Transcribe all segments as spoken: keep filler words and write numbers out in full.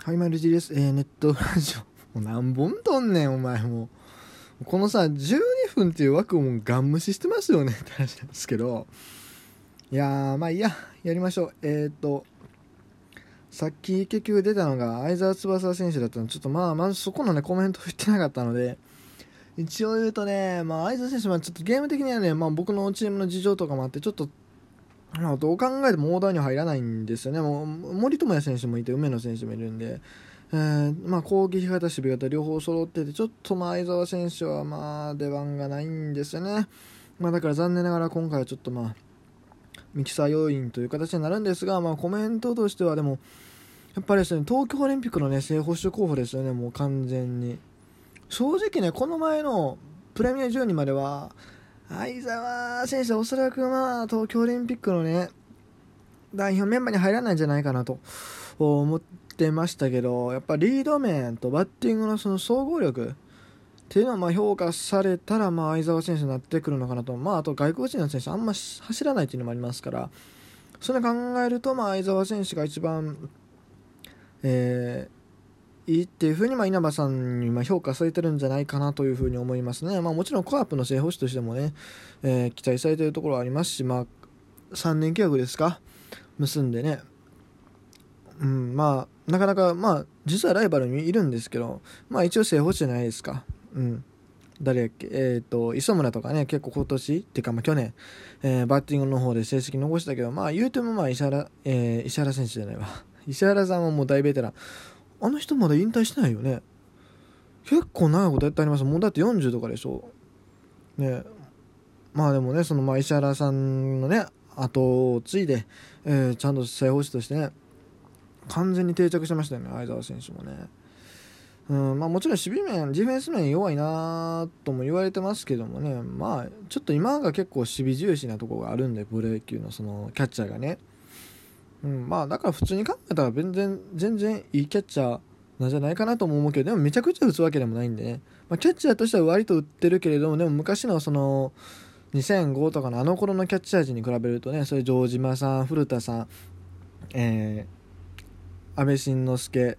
はい、マルジです。えー、ネットラジオ。もう何本とんねん、お前もう。このさ、じゅうにふんっていう枠をもうガン無視してますよねって話なんですけど。いやー、まあいいや、やりましょう。えーっと、さっき結局出たのが相澤翼選手だったので、ちょっとまあ、まずそこのね、コメント言ってなかったので、一応言うとね、まあ相澤選手はちょっとゲーム的にはね、まあ僕のチームの事情とかもあって、ちょっと、まあ、どう考えてもオーダーには入らないんですよね。もう森友哉選手もいて梅野選手もいるんで、えーまあ、攻撃型守備型両方揃ってて、ちょっとまあ相澤選手はまあ出番がないんですよね。まあ、だから残念ながら今回はちょっとまあミキサー要員という形になるんですが、まあ、コメントとしてはでもやっぱりですね、東京オリンピックのね正捕手候補ですよね。もう完全に正直ね、この前のプレミアじゅうにまでは相澤選手はおそらくまあ東京オリンピックのね代表メンバーに入らないんじゃないかなと思ってましたけど、やっぱリード面とバッティングのその総合力っていうのはまあ評価されたら、まあ相澤選手になってくるのかなと。まああと外国人の選手あんま走らないっていうのもありますから、それ考えるとまあ相澤選手が一番、えー、いいっていうふうにまあ稲葉さんにまあ評価されてるんじゃないかなというふうに思いますね。まあもちろんカープの正捕手としてもね、えー、期待されているところはありますし、まあさんねん契約ですか結んでね、うん、まあなかなかまあ実はライバルにいるんですけど、まあ一応正捕手じゃないですか。うん、誰やっけ、えっ、ー、と磯村とかね、結構今年っていうかまあ去年、えー、バッティングの方で成績残したけど、まあ言うてもまあ石原、えー、石原選手じゃないわ石原さんはもう大ベテラン。あの人まだ引退してないよね。結構長いことやってあります。もうだってよんじゅうとかでしょね。まあでもね、そのまあ石原さんのね後を継いで、えー、ちゃんと正捕手としてね完全に定着してましたよね、相澤選手もね。うんまあ、もちろん守備面ディフェンス面弱いなとも言われてますけどもね、まあちょっと今が結構守備重視なところがあるんで、プロ野球のそのキャッチャーがね、うん、まあだから普通に考えたら全然全然いいキャッチャーなんじゃないかなとも思うけど、でもめちゃくちゃ打つわけでもないんでね、まあ、キャッチャーとしては割と打ってるけれども、でも昔のそのにせんごとかのあの頃のキャッチャー陣に比べるとね、それ城島さん、古田さん、えー、安倍晋之助、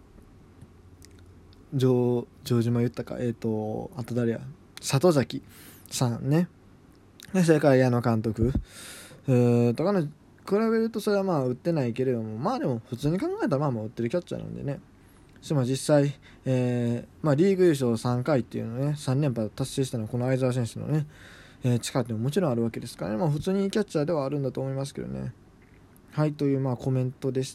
城城島言ったか、えっ、ー、とあと誰や、里崎さんね、でそれから矢野監督とかの比べると、それはまあ打ってないけれども、まあでも普通に考えたらまあまあ打ってるキャッチャーなんでね。しかも実際、えーまあ、リーグ優勝さんかいっていうのね、さん連覇達成したのはこの相澤選手のね、えー、力ってももちろんあるわけですからね、まあ、普通にキャッチャーではあるんだと思いますけどね。はいというまあコメントでした。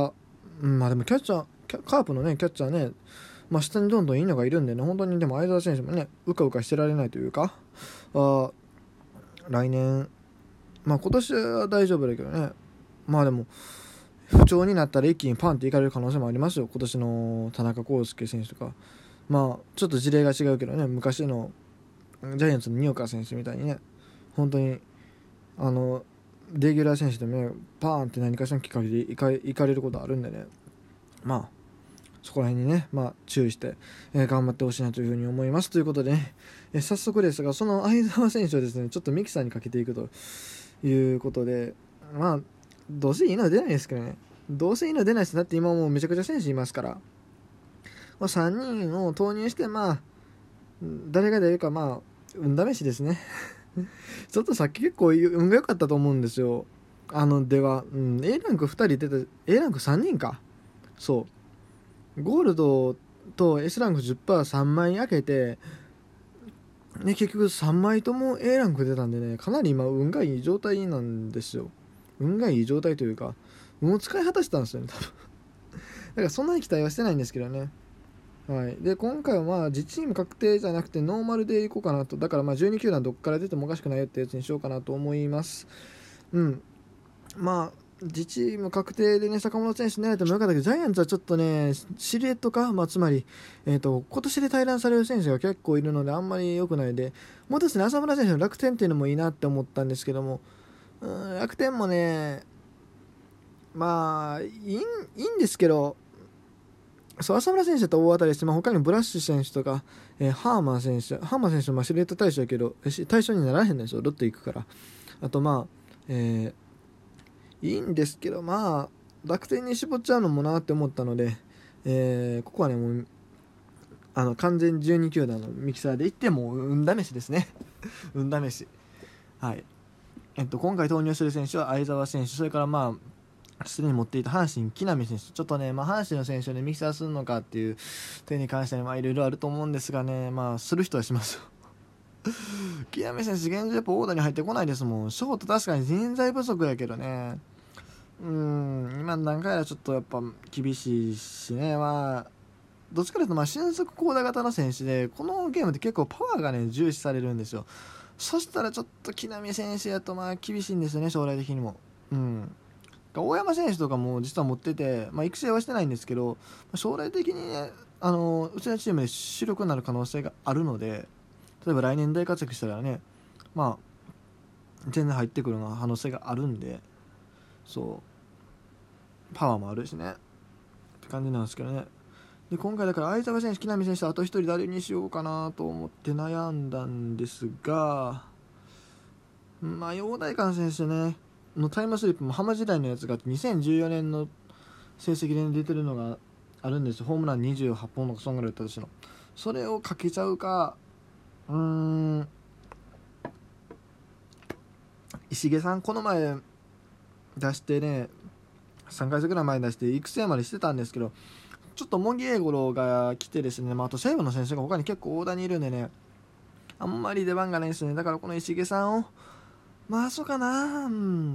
うん、まあでもキャッチャーカープのねキャッチャーね、まあ、下にどんどんいいのがいるんでね、本当にでも相澤選手もねうかうかしてられないというか、あ来年まあ今年は大丈夫だけどね、まあでも不調になったら一気にパンっていかれる可能性もありますよ。今年の田中康介選手とか、まあちょっと事例が違うけどね、昔のジャイアンツの新岡選手みたいにね、本当にあのレギュラー選手でもねパーンって何かしらのきっかけでいかいかれることあるんでね、まあそこら辺にね、まあ、注意して、えー、頑張ってほしいなというふうに思いますということで、ね、えー、早速ですが、その相澤選手をですねちょっとミキサーにかけていくということで、まあどうせいいのは出ないですけどね、どうせいいのは出ないです。だって今もうめちゃくちゃ選手いますから、まあ、さんにんを投入して、まあ誰が出るかまあ運試しですねちょっとさっき結構運が良かったと思うんですよ。あのでは、うん、A ランクふたり出た A ランクさんにんか、そうゴールドと S ランク じゅっパーセントさん 枚開けて、ね、結局さんまいとも A ランク出たんでね、かなり今運がいい状態なんですよ。運がいい状態というか運を使い果たしたんですよね多分だからそんなに期待はしてないんですけどね。はい、で今回はまあ自チーム確定じゃなくてノーマルでいこうかなと。だからまあじゅうに球団どっから出てもおかしくないよってやつにしようかなと思います。うんまあ自チーム確定でね坂本選手狙えてもよかったけど、ジャイアンツはちょっとねシルエットか、まあ、つまり、えー、と今年で退団される選手が結構いるのであんまり良くないで、もう一つね浅村選手の楽天っていうのもいいなって思ったんですけども、うん楽天もねまあいいんいいんですけど、そう浅村選手と大当たりして、まあ、他にもブラッシュ選手とか、えー、ハーマー選手ハーマー選手はまあシルエット対象やけど対象にならへんのですよ、ロッテ行くから。あとまあ、えー、いいんですけど、まあ楽天に絞っちゃうのもなって思ったので、 えー、ここはねもうあの完全じゅうに球団のミキサーでいっても運試しですね運試し。はい、えっと、今回投入する選手は相澤選手、それからまあすでに持っていた阪神木浪選手、ちょっとね、まあ、阪神の選手を、ね、ミキサーするのかっていう点に関してはいろいろあると思うんですがね、まあする人はしますよ木浪選手現状やっぱオーダーに入ってこないですもん。ショート確かに人材不足やけどね、うーん今の段階はちょっとやっぱ厳しいしね、まあどっちかというとまあ俊足高打型の選手で、このゲームって結構パワーがね重視されるんですよ。そしたらちょっと木浪選手やとまあ厳しいんですよね、将来的にも。うん大山選手とかも実は持ってて、まあ、育成はしてないんですけど、将来的にね、あのうちのチームで主力になる可能性があるので、例えば来年大活躍したらね、まあ全然入ってくる可能性があるんで、そうパワーもあるしねって感じなんですけどね。で今回だから相澤選手、木浪選手、あと一人誰にしようかなと思って悩んだんですが、まあ陽大館選手ねのタイムスリップも浜時代のやつがあって、にせんじゅうよねんの成績で出てるのがあるんですよ。ホームランにじゅうはっぽんのかそんぐらいだったとしての、それをかけちゃうか、うーん石毛さんこの前出してね、さんかげつぐらい前に出して育成までしてたんですけど、ちょっと茂木英五郎が来てですね、まあ、あと西武の選手が他に結構大田にいるんでね、あんまり出番がないですね。だからこの石毛さんをまあそうかな、うん、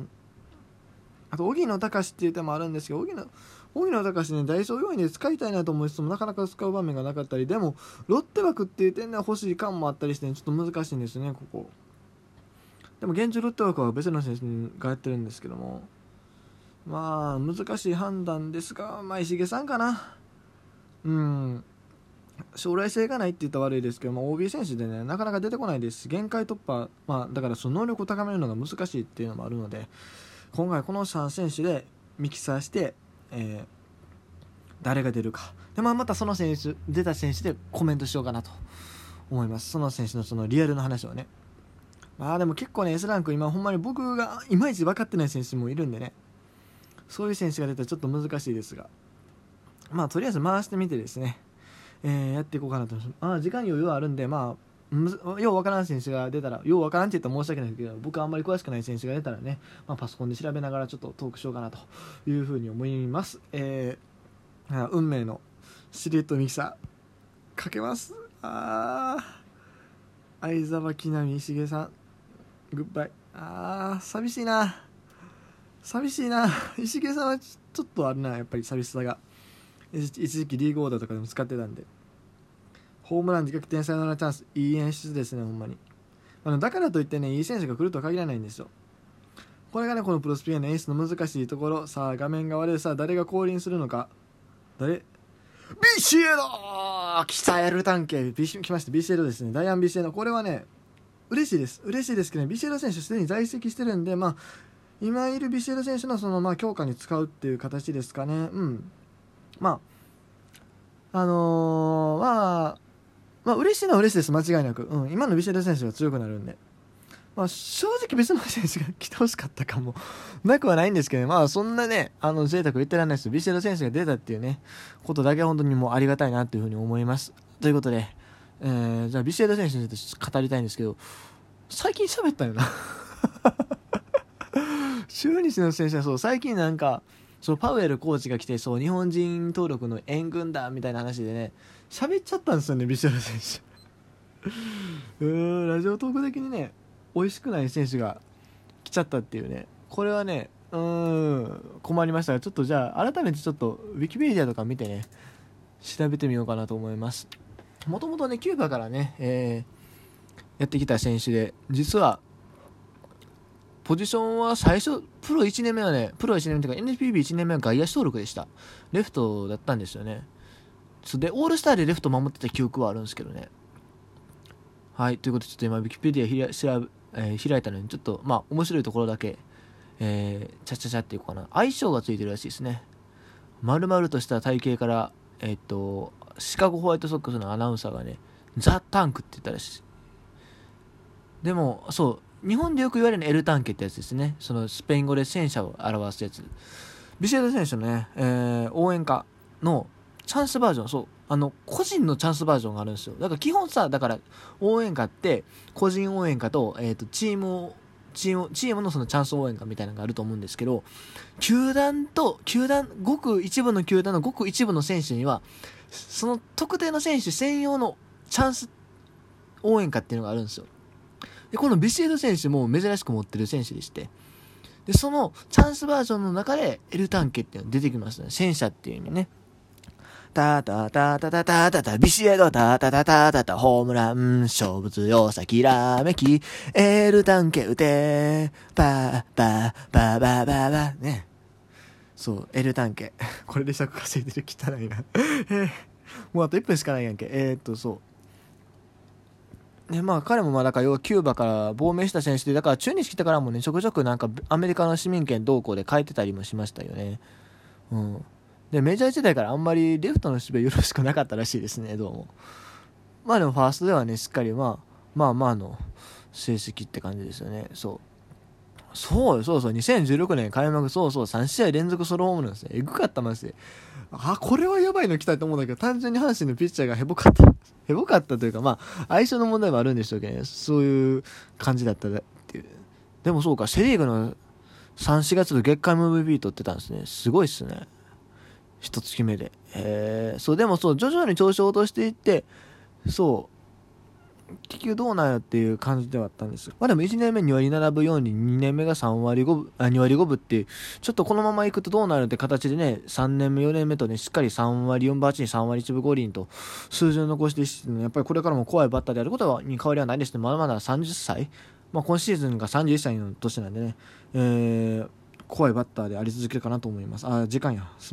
あと荻野貴司っていう手もあるんですけど、荻野荻野貴司ね、ダイソー要員で使いたいなと思いつつもなかなか使う場面がなかったり、でもロッテ枠っていう点では欲しい感もあったりして、ね、ちょっと難しいんですねここ。でも現状ロッテ枠は別の選手がやってるんですけども、まあ難しい判断ですが、まあ石毛さんかな。うん将来性がないって言ったら悪いですけど、まあ、オービー 選手でねなかなか出てこないですし、限界突破、まあ、だからその能力を高めるのが難しいっていうのもあるので、今回このさん選手でミキサーして、えー、誰が出るかで、まあ、またその選手出た選手でコメントしようかなと思います。その選手のそのリアルな話をね。まあでも結構ね S ランク今ほんまに僕がいまいち分かってない選手もいるんでね、そういう選手が出たらちょっと難しいですが、まあとりあえず回してみてですね、えー、やっていこうかなと思います。まあ時間余裕はあるんで、まあようわからん選手が出たら、ようわからんって言ったら申し訳ないけど、僕はあんまり詳しくない選手が出たらね、まあ、パソコンで調べながらちょっとトークしようかなというふうに思います。えー、運命のシルエットミキサーかけます。あー相澤木浪石毛さんグッバイ。あー寂しいな寂しいな石毛さんはちょっとあるな、やっぱり寂しさが。一時期リーグオーダーとかでも使ってたんで、ホームラン自逆転サヨナラチャンス、いい演出ですねほんまに。あのだからといってねいい選手が来るとは限らないんですよ。これがねこのプロスピアの演出の難しいところ。さあ画面が割れる。さあ誰が降臨するのか。誰ビシエド来た。エル探偵ビシ来ました。ビシエドですね。ダイアン・ビシエド、これはね嬉しいです嬉しいですけどね、ビシエド選手すでに在籍してるんで、まあ今いるビシエド選手のそのまあ強化に使うっていう形ですかね。うんまああのー、まあまあ嬉しいのは嬉しいです、間違いなく。うん、今のビシエド選手が強くなるんで、まあ、正直別の選手が来てほしかったかもなくはないんですけど、ね、まあそんなねあの贅沢言ってらんないです。ビシエド選手が出たっていうねことだけは本当にもうありがたいなというふうに思います。ということで、えー、じゃあビシエド選手について語りたいんですけど、最近喋ったよな中日の選手はそう最近なんかそうパウエルコーチが来て、そう日本人登録の援軍だみたいな話でね喋っちゃったんですよねビシエド選手うーんラジオトーク的にね美味しくない選手が来ちゃったっていうね、これはねうーん困りましたが、ちょっとじゃあ改めてちょっとウィキペディアとか見てね調べてみようかなと思います。もともとねキューバからね、えー、やってきた選手で、実はポジションは最初プロいちねんめはねプロいちねんめというか エヌピービーいちねんめは外野手登録でした。レフトだったんですよね。でオールスターでレフト守ってた記憶はあるんですけどね。はいということでちょっと今ウィキペディアひら調べ、えー、開いたのにちょっとまあ面白いところだけ、えー、チャチャチャっていこうかな。相性がついてるらしいですね。丸々とした体型からえー、っとシカゴホワイトソックスのアナウンサーがねザ・タンクって言ったらしい。でもそう日本でよく言われるエルタンケってやつですね。そのスペイン語で戦車を表すやつ。ビシエド選手のね、えー、応援歌のチャンスバージョン、そうあの個人のチャンスバージョンがあるんですよ。だから基本さ、だから応援歌って個人応援歌と、えー、とチームチームチームのそのチャンス応援歌みたいなのがあると思うんですけど、球団と球団ごく一部の球団のごく一部の選手にはその特定の選手専用のチャンス応援歌っていうのがあるんですよ。でこのビシエド選手も珍しく持ってる選手でして、でそのチャンスバージョンの中でエルタンケっていうのが出てきますね。戦車っていう意味ね。タタタタタタタタビシエドタタタタタタホームラン勝負強さきらめきエルタンケ打てパーパーパーパーパーパーね。そうエルタンケこれで尺稼いでる汚いなえー、もうあといっぷんしかないやんけ。えー、っとそうでまあ彼もまあだから要はキューバから亡命した選手で、だから中日来てからもねちょくちょくなんかアメリカの市民権同行で書いてたりもしましたよね。うんでメジャー時代からあんまりレフトの守備よろしくなかったらしいですね、どうも。まあでもファーストではねしっかりまあまあまあの成績って感じですよね。そうそうよそうそうにせんじゅうろくねん開幕そうそうさん試合連続ソロホームランですね。えぐかったマジで。あこれはやばいの来たと思うんだけど、単純に阪神のピッチャーがヘボかったヘボかったというかまあ相性の問題もあるんでしょうけどね、そういう感じだったっていう。でもそうかセリーグのさん、しがつの月間 エムブイピー 取ってたんですね。すごいっすね一月目で。へえそうでもそう徐々に調子を落としていって、そう結局どうなんやっていう感じではあったんですよ。まあでもいちねんめに割ななぶよん厘、にねんめがさん割ごぶあに割ごぶっていう、ちょっとこのままいくとどうなるって形でね、さんねんめよねんめとねしっかりさん割よんぶはち厘さん割いちぶご厘と数字を残していってやっぱりこれからも怖いバッターであることに変わりはないですね。まだまださんじゅっさい、まあ今シーズンがさんじゅういっさいの年なんでね、えー、怖いバッターであり続けるかなと思います。あ時間や